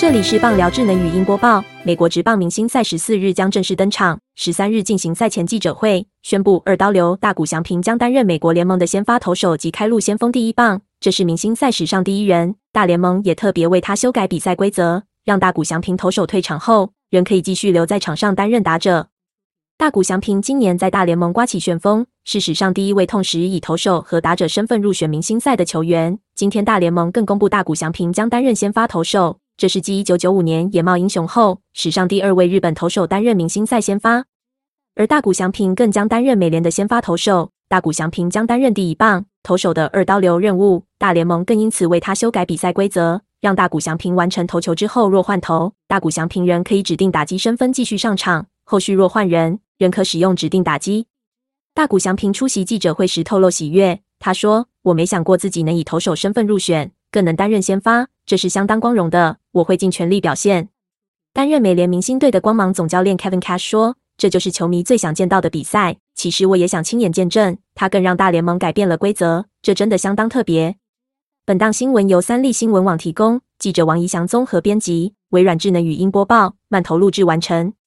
这里是棒聊智能语音播报。美国职棒明星赛14日将正式登场，13日进行赛前记者会，宣布二刀流大谷翔平将担任美国联盟的先发投手及开路先锋第一棒，这是明星赛史上第一人。大联盟也特别为他修改比赛规则，让大谷翔平投手退场后，仍可以继续留在场上担任打者。大谷翔平今年在大联盟刮起旋风，是史上第一位同时以投手和打者身份入选明星赛的球员。今天大联盟更公布大谷翔平将担任先发投手，这是继1995年野茂英雄后，史上第2位日本投手担任明星赛先发。而大谷翔平更将担任美联的先发投手，大谷翔平将担任第一棒投手的二刀流任务。大联盟更因此为他修改比赛规则，让大谷翔平完成投球之后若换投，大谷翔平仍可以指定打击身份继续上场，后续若换人，仍可使用指定打击。大谷翔平出席记者会时透露喜悦，他说：“我没想过自己能以投手身份入选，更能担任先发，这是相当光荣的，我会尽全力表现。”担任美联明星队的光芒总教练 Kevin Cash 说：“这就是球迷最想见到的比赛，其实我也想亲眼见证。他更让大联盟改变了规则，这真的相当特别。”本档新闻由三立新闻网提供，记者王怡翔综合编辑，微软智能语音播报，慢投录制完成。